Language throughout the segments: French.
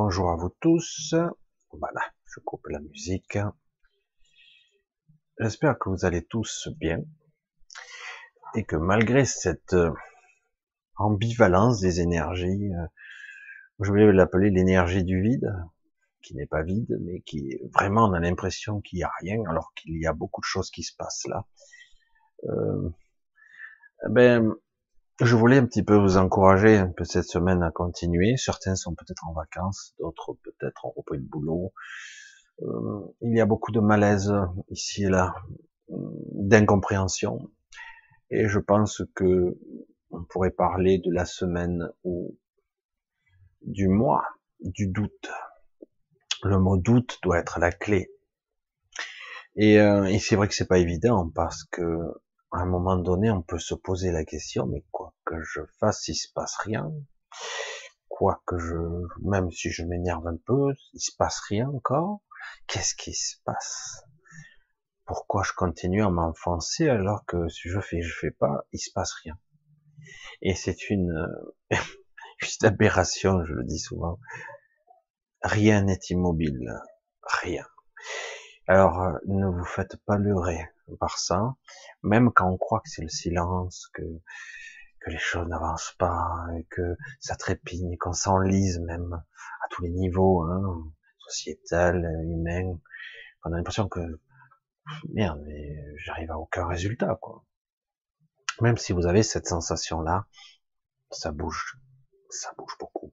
Bonjour à vous tous. Voilà, je coupe la musique. J'espère que vous allez tous bien et que malgré cette ambivalence des énergies, je voulais l'appeler l'énergie du vide, qui n'est pas vide, mais qui vraiment on a l'impression qu'il n'y a rien, alors qu'il y a beaucoup de choses qui se passent là. Euh, ben, je voulais un petit peu vous encourager un peu cette semaine à continuer. Certains sont peut-être en vacances, d'autres peut-être ont repris le boulot. Il y a beaucoup de malaise ici et là, d'incompréhension. Et je pense que on pourrait parler de la semaine ou du mois du doute. Le mot doute doit être la clé. Et c'est vrai que c'est pas évident parce que à un moment donné, on peut se poser la question, mais quoi que je fasse, il se passe rien. Quoi que même si je m'énerve un peu, il se passe rien encore. Qu'est-ce qui se passe? Pourquoi je continue à m'enfoncer alors que si je fais pas, il se passe rien. Et c'est une juste aberration, je le dis souvent. Rien n'est immobile, rien. Alors ne vous faites pas leurrer par ça, même quand on croit que c'est le silence, que les choses n'avancent pas, et que ça trépigne, qu'on s'enlise même à tous les niveaux, hein, sociétal, humain. On a l'impression que merde, mais j'arrive à aucun résultat, quoi. Même si vous avez cette sensation-là, ça bouge beaucoup.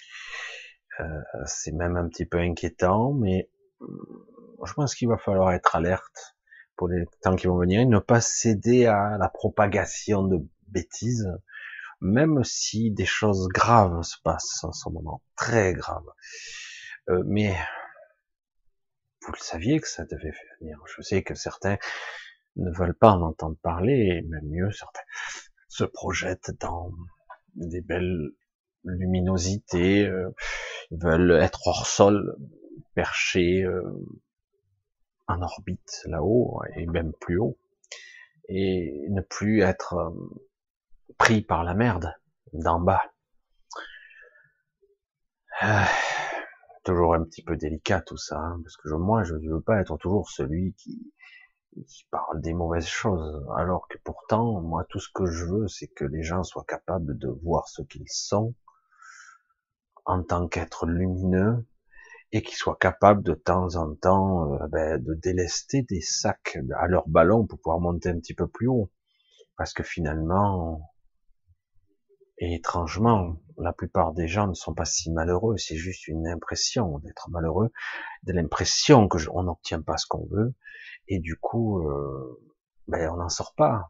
C'est même un petit peu inquiétant, mais je pense qu'il va falloir être alerte pour les temps qui vont venir et ne pas céder à la propagation de bêtises, même si des choses graves se passent en ce moment, très graves. Mais vous le saviez que ça devait venir. Je sais que certains ne veulent pas en entendre parler, et même mieux, certains se projettent dans des belles luminosités, veulent être hors sol, perchés en orbite là-haut et même plus haut, et ne plus être pris par la merde d'en bas. Toujours un petit peu délicat tout ça, hein, parce que moi je ne veux pas être toujours celui qui parle des mauvaises choses, alors que pourtant moi tout ce que je veux c'est que les gens soient capables de voir ce qu'ils sont en tant qu'être lumineux, et qu'ils soient capables de temps en temps de délester des sacs à leur ballon pour pouvoir monter un petit peu plus haut. Parce que finalement, et étrangement, la plupart des gens ne sont pas si malheureux, c'est juste une impression d'être malheureux, de l'impression que on n'obtient pas ce qu'on veut, et du coup, on n'en sort pas.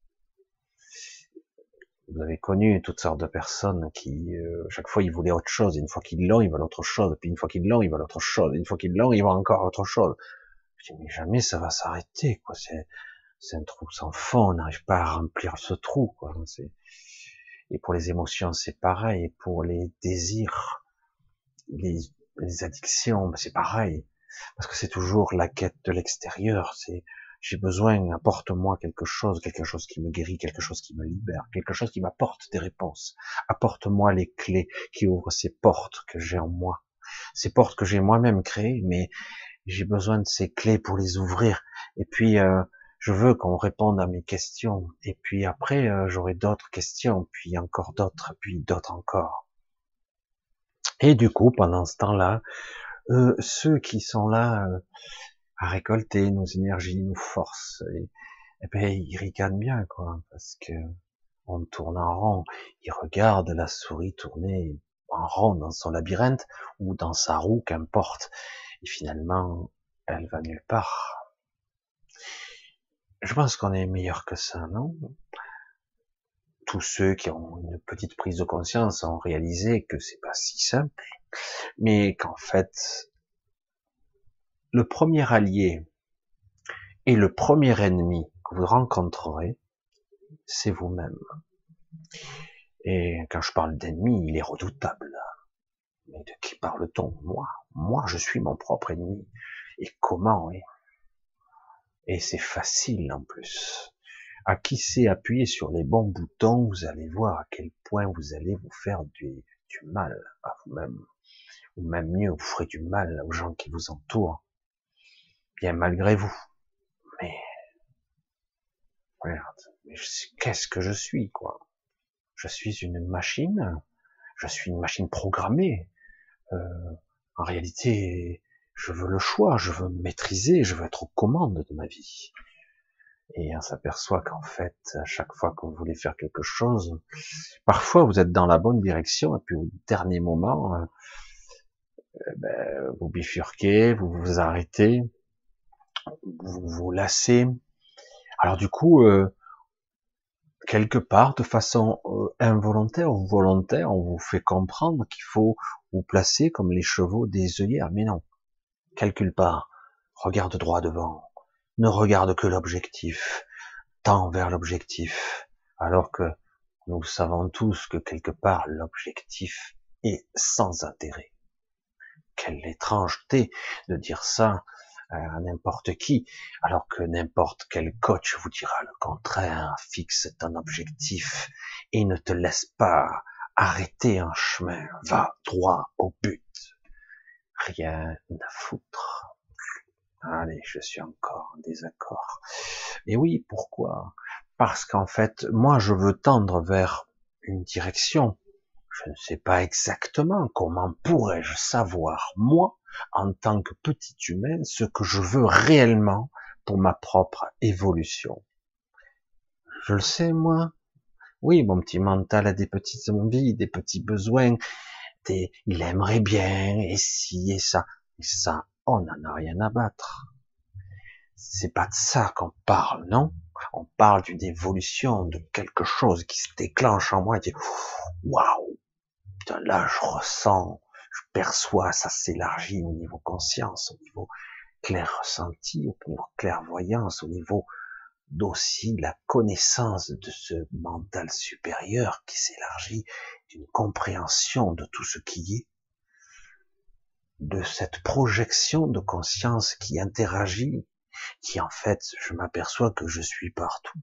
Vous avez connu toutes sortes de personnes qui, chaque fois, ils voulaient autre chose. Une fois qu'ils l'ont, ils veulent autre chose. Puis une fois qu'ils l'ont, ils veulent autre chose. Une fois qu'ils l'ont, ils veulent encore autre chose. Je dis, mais jamais ça va s'arrêter, quoi. C'est un trou sans fond. On n'arrive pas à remplir ce trou, quoi. Et pour les émotions, c'est pareil. Et pour les désirs, les, les addictions, c'est pareil. Parce que c'est toujours la quête de l'extérieur. J'ai besoin, apporte-moi quelque chose qui me guérit, quelque chose qui me libère, quelque chose qui m'apporte des réponses. Apporte-moi les clés qui ouvrent ces portes que j'ai en moi. Ces portes que j'ai moi-même créées, mais j'ai besoin de ces clés pour les ouvrir. Et puis, je veux qu'on réponde à mes questions. Et puis après, j'aurai d'autres questions, puis encore d'autres, puis d'autres encore. Et du coup, pendant ce temps-là, ceux qui sont là à récolter nos énergies, nos forces, ils ricanent bien, quoi, parce que on tourne en rond. Ils regardent la souris tourner en rond dans son labyrinthe ou dans sa roue, qu'importe. Et finalement, elle va nulle part. Je pense qu'on est meilleur que ça, non? Tous ceux qui ont une petite prise de conscience ont réalisé que c'est pas si simple, mais qu'en fait, le premier allié et le premier ennemi que vous rencontrerez, c'est vous-même. Et quand je parle d'ennemi, il est redoutable. Mais de qui parle-t-on? Moi, je suis mon propre ennemi. Et comment? Et c'est facile en plus. À qui sait appuyer sur les bons boutons, vous allez voir à quel point vous allez vous faire du mal à vous-même. ou même mieux, vous ferez du mal aux gens qui vous entourent, bien malgré vous. Mais regarde, qu'est-ce que je suis, quoi? Je suis une machine, je suis une machine programmée. En réalité, je veux le choix, je veux me maîtriser, je veux être aux commandes de ma vie. Et on s'aperçoit qu'en fait, à chaque fois que vous voulez faire quelque chose, parfois vous êtes dans la bonne direction, et puis au dernier moment, vous bifurquez, vous vous arrêtez, vous vous lassez. Alors du coup, quelque part, de façon involontaire ou volontaire, on vous fait comprendre qu'il faut vous placer comme les chevaux des œillères. Mais non, calcule pas, regarde droit devant, ne regarde que l'objectif, tends vers l'objectif, alors que nous savons tous que quelque part l'objectif est sans intérêt. Quelle étrangeté de dire ça à n'importe qui, alors que n'importe quel coach vous dira le contraire. Fixe ton objectif et ne te laisse pas arrêter en chemin. Va droit au but. Rien à foutre. Allez, je suis encore en désaccord. Et oui, pourquoi? Parce qu'en fait, moi, je veux tendre vers une direction. Je ne sais pas exactement comment pourrais-je savoir, moi, en tant que petit humain, ce que je veux réellement pour ma propre évolution. Je le sais, moi. Oui, mon petit mental a des petites envies, des petits besoins, il aimerait bien, et ci et ça. Et ça, on n'en a rien à battre. C'est pas de ça qu'on parle, non? On parle d'une évolution, de quelque chose qui se déclenche en moi et dit, waouh! Putain, là, je ressens, je perçois, ça s'élargit au niveau conscience, au niveau clair ressenti, au niveau clairvoyance, au niveau d'aussi la connaissance de ce mental supérieur qui s'élargit, d'une compréhension de tout ce qui est, de cette projection de conscience qui interagit, qui en fait, je m'aperçois que je suis partout.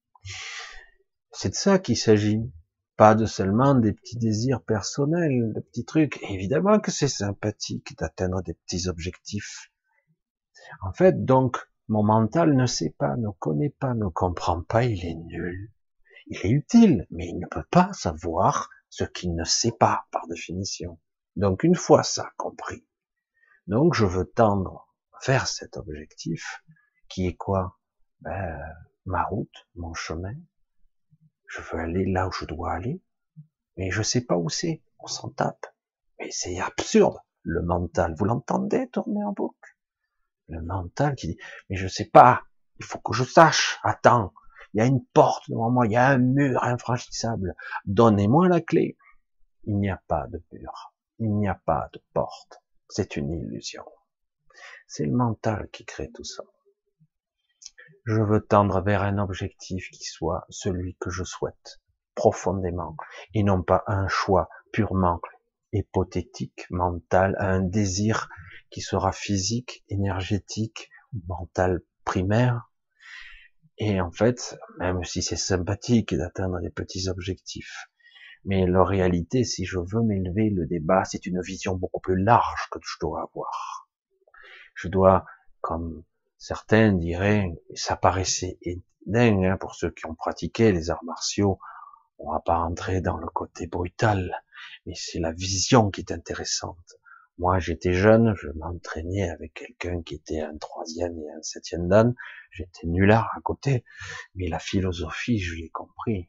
C'est de ça qu'il s'agit. Pas de seulement des petits désirs personnels, de petits trucs. Et évidemment que c'est sympathique d'atteindre des petits objectifs. En fait, donc, mon mental ne sait pas, ne connaît pas, ne comprend pas, il est nul. Il est utile, mais il ne peut pas savoir ce qu'il ne sait pas, par définition. Donc, une fois ça compris, donc je veux tendre vers cet objectif, qui est quoi? Ma route, mon chemin. Je veux aller là où je dois aller, mais je sais pas où c'est. On s'en tape. Mais c'est absurde. Le mental, vous l'entendez tourner en boucle? Le mental qui dit, mais je sais pas. Il faut que je sache. Attends. Il y a une porte devant moi. Il y a un mur infranchissable. Donnez-moi la clé. Il n'y a pas de mur. Il n'y a pas de porte. C'est une illusion. C'est le mental qui crée tout ça. Je veux tendre vers un objectif qui soit celui que je souhaite profondément et non pas un choix purement hypothétique, mental, un désir qui sera physique, énergétique, mental primaire. Et en fait, même si c'est sympathique d'atteindre des petits objectifs, mais la réalité, si je veux m'élever, le débat, c'est une vision beaucoup plus large que je dois avoir. Je dois, comme certains diraient, ça paraissait dingue hein, pour ceux qui ont pratiqué les arts martiaux, on va pas rentrer dans le côté brutal, mais c'est la vision qui est intéressante. Moi, j'étais jeune, je m'entraînais avec quelqu'un qui était un 3e et un 7e dan, j'étais nulard à côté, mais la philosophie, je l'ai compris.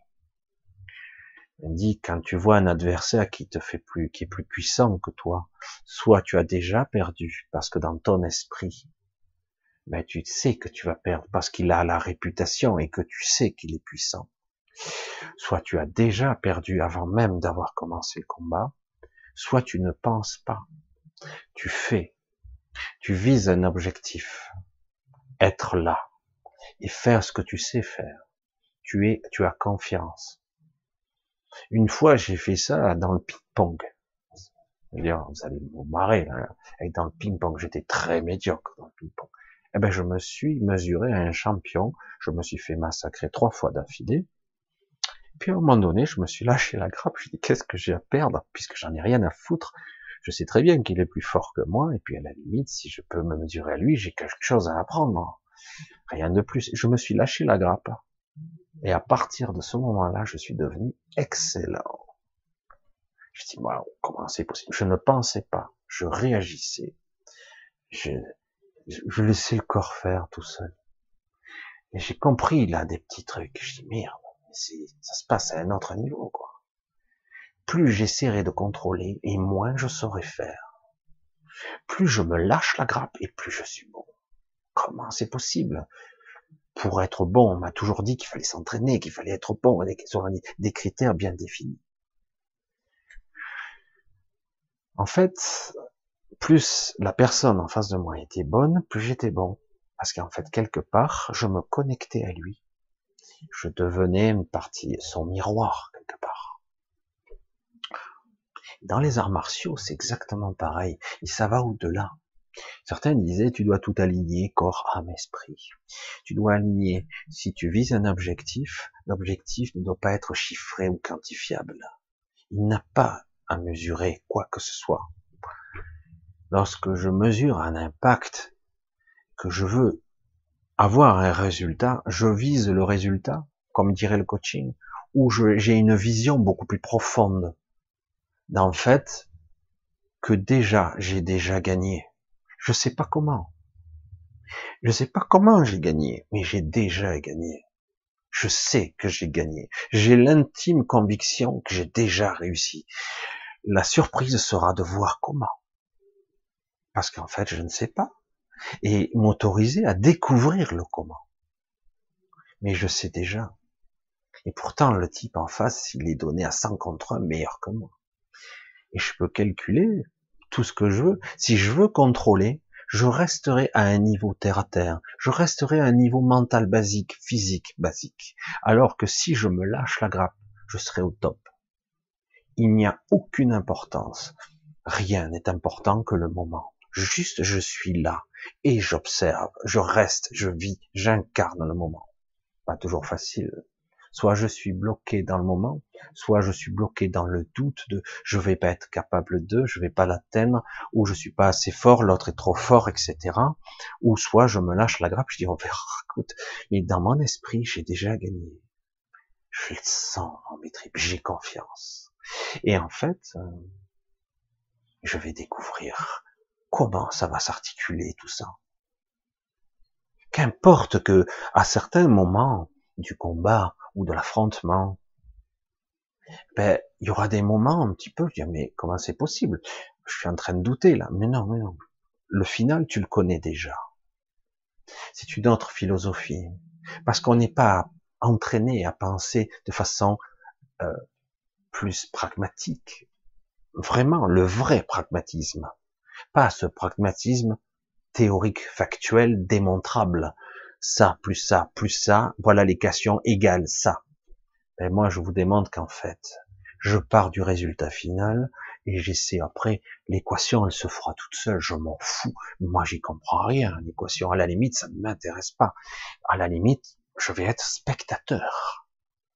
On dit, quand tu vois un adversaire qui est plus puissant que toi, soit tu as déjà perdu, parce que dans ton esprit, tu sais que tu vas perdre, parce qu'il a la réputation et que tu sais qu'il est puissant. Soit tu as déjà perdu avant même d'avoir commencé le combat, soit tu ne penses pas, tu fais, tu vises un objectif, être là, et faire ce que tu sais faire. Tu as confiance. Une fois, j'ai fait ça dans le ping-pong. D'ailleurs, vous allez vous marrer, là. Et dans le ping-pong, j'étais très médiocre dans le ping-pong. Eh ben, je me suis mesuré à un champion. Je me suis fait massacrer 3 fois d'affilée. Puis, à un moment donné, je me suis lâché la grappe. Je dis, qu'est-ce que j'ai à perdre? Puisque j'en ai rien à foutre. Je sais très bien qu'il est plus fort que moi, et puis à la limite, si je peux me mesurer à lui, j'ai quelque chose à apprendre. Rien de plus. Je me suis lâché la grappe. Et à partir de ce moment-là, je suis devenu excellent. Je dis, waouh, comment c'est possible? Je ne pensais pas, je réagissais, je, je laissais le corps faire tout seul. Et j'ai compris là des petits trucs. Je dis, merde, ça se passe à un autre niveau, quoi. Plus j'essaierai de contrôler, et moins je saurai faire. Plus je me lâche la grappe, et plus je suis bon. Comment c'est possible? Pour être bon, on m'a toujours dit qu'il fallait s'entraîner, qu'il fallait être bon, avec des critères bien définis. En fait, plus la personne en face de moi était bonne, plus j'étais bon. Parce qu'en fait, quelque part, je me connectais à lui. Je devenais une partie, son miroir, quelque part. Dans les arts martiaux, c'est exactement pareil. Et ça va au-delà. Certains disaient, tu dois tout aligner, corps, âme, esprit. Tu dois aligner. Si tu vises un objectif, l'objectif ne doit pas être chiffré ou quantifiable. Il n'a pas à mesurer quoi que ce soit. Lorsque je mesure un impact, que je veux avoir un résultat, je vise le résultat, comme dirait le coaching, où j'ai une vision beaucoup plus profonde, d'en fait, que j'ai déjà gagné. Je sais pas comment. Je sais pas comment j'ai gagné, mais j'ai déjà gagné. Je sais que j'ai gagné. J'ai l'intime conviction que j'ai déjà réussi. La surprise sera de voir comment. Parce qu'en fait, je ne sais pas. Et m'autoriser à découvrir le comment. Mais je sais déjà. Et pourtant, le type en face, il est donné à 100 contre 1 meilleur que moi. Et je peux calculer tout ce que je veux. Si je veux contrôler, je resterai à un niveau terre à terre. Je resterai à un niveau mental basique, physique basique. Alors que si je me lâche la grappe, je serai au top. Il n'y a aucune importance. Rien n'est important que le moment. Juste, je suis là et j'observe, je reste, je vis, j'incarne le moment. Pas toujours facile. Soit je suis bloqué dans le moment, soit je suis bloqué dans le doute de je vais pas être capable de, je vais pas l'atteindre, ou je suis pas assez fort, l'autre est trop fort, etc. Ou soit je me lâche la grappe, je dis on verra, écoute, mais dans mon esprit, j'ai déjà gagné. Je le sens en mes tripes, j'ai confiance. Et en fait, je vais découvrir comment ça va s'articuler tout ça. Qu'importe que, à certains moments du combat ou de l'affrontement, il y aura des moments un petit peu, je dis, mais comment c'est possible? Je suis en train de douter là. Mais non, mais non. Le final, tu le connais déjà. C'est une autre philosophie. Parce qu'on n'est pas entraîné à penser de façon plus pragmatique. Vraiment, le vrai pragmatisme. Pas ce pragmatisme théorique, factuel, démontrable. Ça, plus ça, voilà l'équation égale ça. Et moi, je vous démontre qu'en fait, je pars du résultat final et j'essaie après, l'équation, elle se fera toute seule, je m'en fous. Moi, j'y comprends rien, l'équation. À la limite, ça ne m'intéresse pas. À la limite, je vais être spectateur.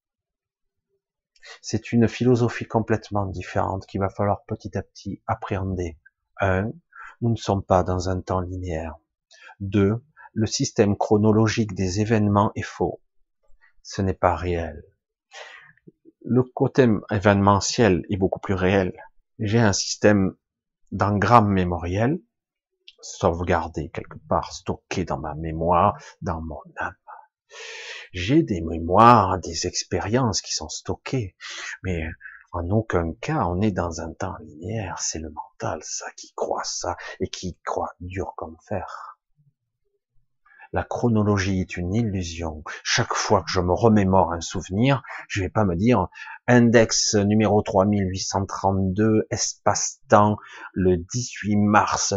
C'est une philosophie complètement différente qu'il va falloir petit à petit appréhender. Un, nous ne sommes pas dans un temps linéaire. Deux, le système chronologique des événements est faux. Ce n'est pas réel. Le côté événementiel est beaucoup plus réel. J'ai un système d'engramme mémoriel, sauvegardé quelque part, stocké dans ma mémoire, dans mon âme. J'ai des mémoires, des expériences qui sont stockées, mais en aucun cas on est dans un temps linéaire. C'est le mental, ça, qui croit ça, et qui croit dur comme fer. La chronologie est une illusion. Chaque fois que je me remémore un souvenir, je vais pas me dire index numéro 3832, espace-temps, le 18 mars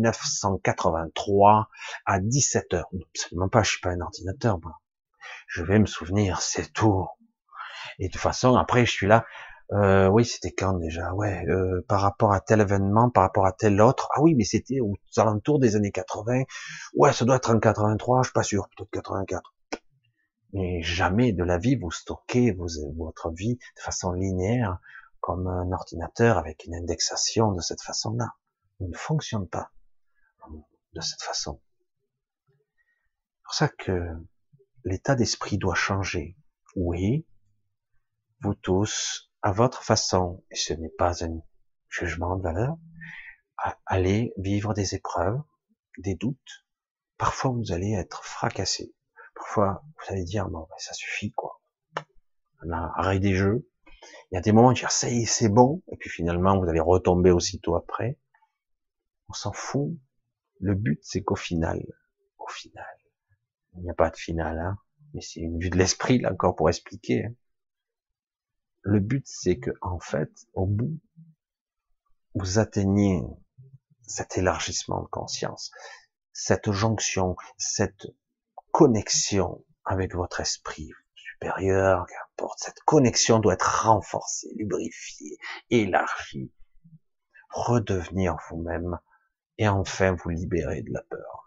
1983 à 17 heures. Absolument pas, je suis pas un ordinateur, moi. Je vais me souvenir, c'est tout. Et de toute façon, après, je suis là. Oui, c'était quand déjà? Ouais, par rapport à tel événement, par rapport à tel autre. Ah oui, mais c'était aux alentours des années 80. Ouais, ça doit être en 83, je suis pas sûr, peut-être 84. Mais jamais de la vie vous stockez votre vie de façon linéaire comme un ordinateur avec une indexation de cette façon-là. On ne fonctionne pas de cette façon. C'est pour ça que l'état d'esprit doit changer. Oui, vous tous, à votre façon, et ce n'est pas un jugement de valeur, allez vivre des épreuves, des doutes. Parfois, vous allez être fracassé. Parfois, vous allez dire, bon, ben, ça suffit, quoi. On a arrêté des jeux. Il y a des moments où tu dis, ça y est, c'est bon. Et puis finalement, vous allez retomber aussitôt après. On s'en fout. Le but, c'est qu'au final, il n'y a pas de finale, hein. Mais c'est une vue de l'esprit, là, encore pour expliquer, hein. Le but, c'est que, en fait, au bout, vous atteignez cet élargissement de conscience, cette jonction, cette connexion avec votre esprit supérieur, qu'importe. Cette connexion doit être renforcée, lubrifiée, élargie, redevenir vous-même et enfin vous libérer de la peur.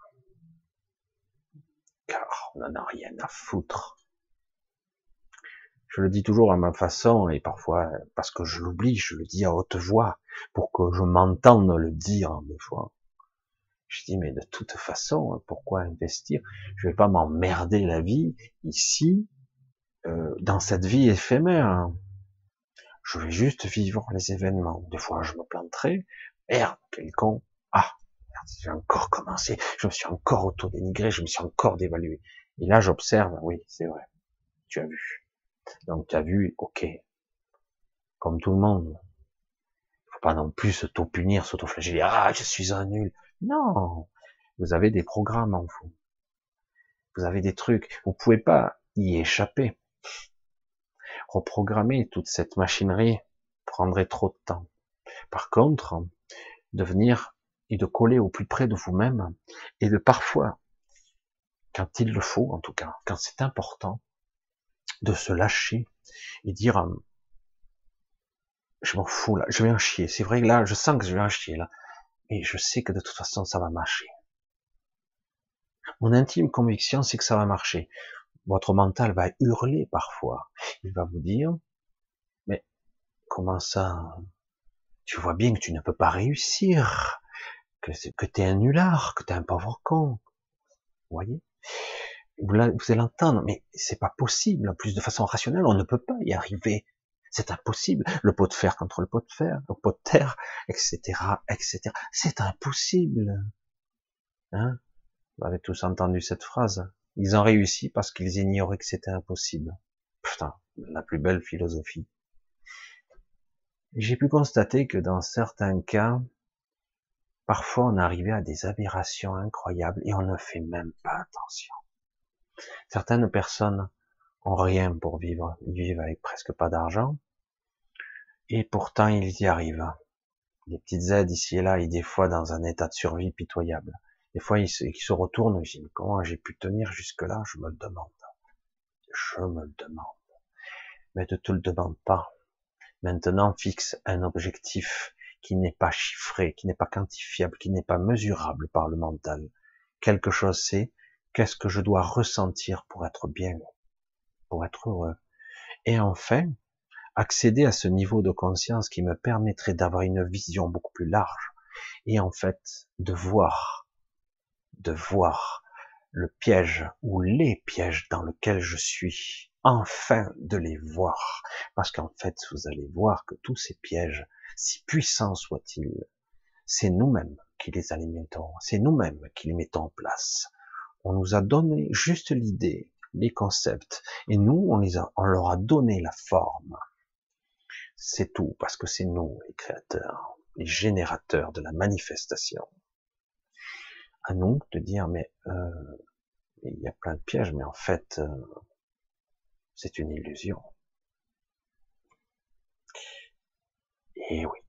Car on n'en a rien à foutre. Je le dis toujours à ma façon et parfois parce que je l'oublie, je le dis à haute voix pour que je m'entende le dire des fois. Je dis mais de toute façon, pourquoi investir? Je vais pas m'emmerder la vie ici, dans cette vie éphémère. Je vais juste vivre les événements. Des fois, je me planterai. Merde, quel con. Ah, merde, j'ai encore commencé. Je me suis encore auto-dénigré. Je me suis encore dévalué. Et là, j'observe. Oui, c'est vrai. Tu as vu. Donc, tu as vu. Ok. Comme tout le monde. Faut pas non plus s'auto-punir, s'auto-flageller. Ah, je suis un nul. Non. Vous avez des programmes en vous. Vous avez des trucs. Vous pouvez pas y échapper. Reprogrammer toute cette machinerie prendrait trop de temps. Par contre, de venir et de coller au plus près de vous-même et de parfois, quand il le faut en tout cas, quand c'est important, de se lâcher et dire je m'en fous là, je vais en chier. C'est vrai que là, je sens que je vais en chier là, mais je sais que de toute façon ça va marcher. Mon intime conviction, c'est que ça va marcher. Votre mental va hurler parfois. Il va vous dire mais comment ça? Tu vois bien que tu ne peux pas réussir, que t'es un nulard, que t'es un pauvre con. Vous voyez? Vous allez entendre, mais c'est pas possible. En plus, de façon rationnelle, on ne peut pas y arriver. C'est impossible. Le pot de fer contre le pot de fer, le pot de terre, etc., etc. C'est impossible. Hein? Vous avez tous entendu cette phrase. Ils ont réussi parce qu'ils ignoraient que c'était impossible. Putain, la plus belle philosophie. J'ai pu constater que dans certains cas, parfois on arrivait à des aberrations incroyables et on ne fait même pas attention. Certaines personnes ont rien pour vivre, ils vivent avec presque pas d'argent, et pourtant ils y arrivent. Des petites aides ici et là, et des fois dans un état de survie pitoyable. Des fois ils se retournent, et je dis, comment j'ai pu tenir jusque-là, je me le demande. Je me le demande. Mais ne te le demande pas. Maintenant, fixe un objectif qui n'est pas chiffré, qui n'est pas quantifiable, qui n'est pas mesurable par le mental. Quelque chose c'est, qu'est-ce que je dois ressentir pour être bien, pour être heureux. Et enfin, accéder à ce niveau de conscience qui me permettrait d'avoir une vision beaucoup plus large et en fait de voir le piège ou les pièges dans lesquels je suis, enfin de les voir, parce qu'en fait vous allez voir que tous ces pièges, si puissants soient-ils, c'est nous-mêmes qui les alimentons, c'est nous-mêmes qui les mettons en place. On nous a donné juste l'idée, les concepts, et nous on leur a donné la forme. C'est tout, parce que c'est nous les créateurs, les générateurs de la manifestation. À nous de dire, mais il y a plein de pièges, mais en fait, c'est une illusion. Et oui.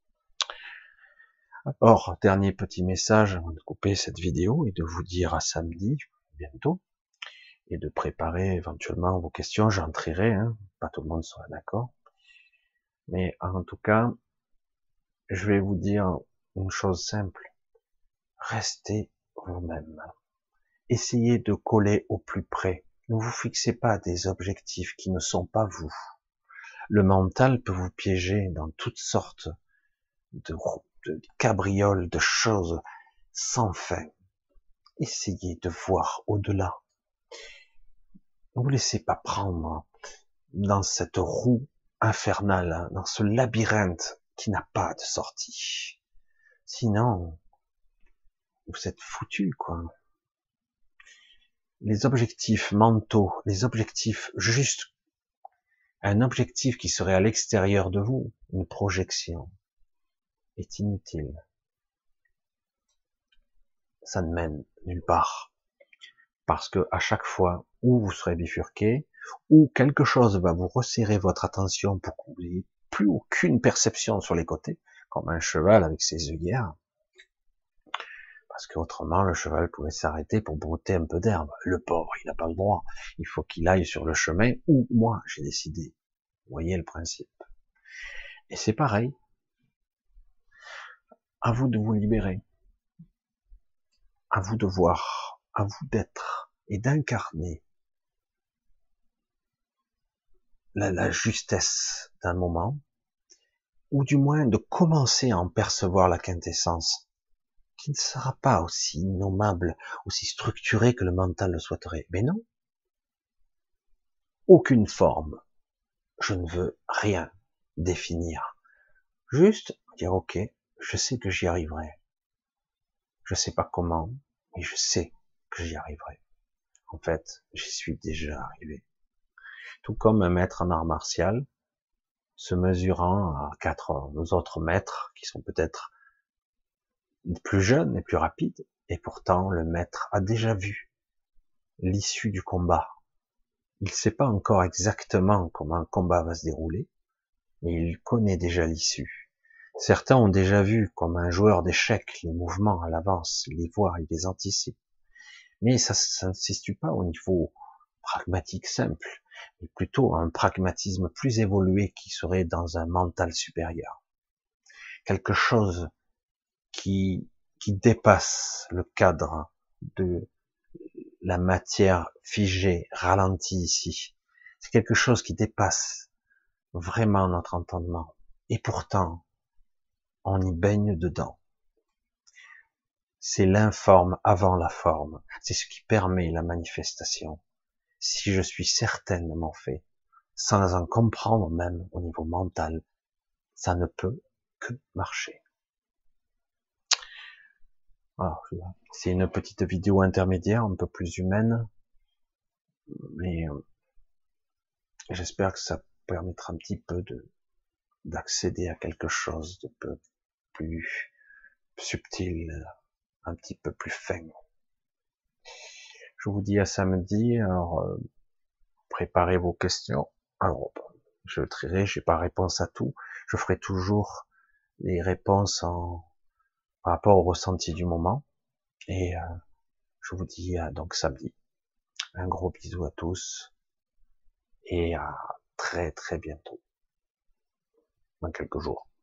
Alors, dernier petit message avant de couper cette vidéo et de vous dire à samedi, bientôt, et de préparer éventuellement vos questions, j'en trierai, hein, pas tout le monde sera d'accord. Mais en tout cas, je vais vous dire une chose simple. Restez vous-même. Essayez de coller au plus près. Ne vous fixez pas des objectifs qui ne sont pas vous. Le mental peut vous piéger dans toutes sortes de cabrioles, de choses sans fin. Essayez de voir au-delà. Ne vous laissez pas prendre dans cette roue infernale, dans ce labyrinthe qui n'a pas de sortie. Sinon, vous êtes foutus, quoi. Les objectifs mentaux, les objectifs justes, un objectif qui serait à l'extérieur de vous, une projection, est inutile. Ça ne mène nulle part. Parce que à chaque fois où vous serez bifurqué, ou quelque chose va vous resserrer votre attention pour que vous n'ayez plus aucune perception sur les côtés, comme un cheval avec ses œillères, parce qu'autrement le cheval pourrait s'arrêter pour brouter un peu d'herbe. Le pauvre, il n'a pas le droit. Il faut qu'il aille sur le chemin où moi j'ai décidé. Vous voyez le principe. Et c'est pareil. À vous de vous libérer. À vous de voir. À vous d'être et d'incarner la justesse d'un moment, ou du moins de commencer à en percevoir la quintessence, qui ne sera pas aussi innommable, aussi structuré que le mental le souhaiterait. Mais non. Aucune forme. Je ne veux rien définir. Juste dire, ok, je sais que j'y arriverai. Je sais pas comment, mais je sais que j'y arriverai. En fait, j'y suis déjà arrivé. Tout comme un maître en art martial, se mesurant à 4 autres maîtres qui sont peut-être plus jeunes et plus rapides, et pourtant le maître a déjà vu l'issue du combat. Il ne sait pas encore exactement comment le combat va se dérouler, mais il connaît déjà l'issue. Certains ont déjà vu, comme un joueur d'échecs, les mouvements à l'avance, il les voit, il les anticipe. Mais ça ne se situe pas au niveau pragmatique simple, mais plutôt un pragmatisme plus évolué qui serait dans un mental supérieur. Quelque chose qui dépasse le cadre de la matière figée, ralentie ici. C'est quelque chose qui dépasse vraiment notre entendement. Et pourtant, on y baigne dedans. C'est l'informe avant la forme. C'est ce qui permet la manifestation. Si je suis certaine de mon fait, sans en comprendre même au niveau mental, ça ne peut que marcher. Alors, c'est une petite vidéo intermédiaire, un peu plus humaine, mais j'espère que ça permettra un petit peu d'accéder à quelque chose de peu plus subtil, un petit peu plus fin. Je vous dis à samedi. Alors, préparez vos questions. Alors, je trierai, j'ai pas réponse à tout. Je ferai toujours les réponses par rapport au ressenti du moment. Et je vous dis donc samedi. Un gros bisou à tous et à très très bientôt, dans quelques jours.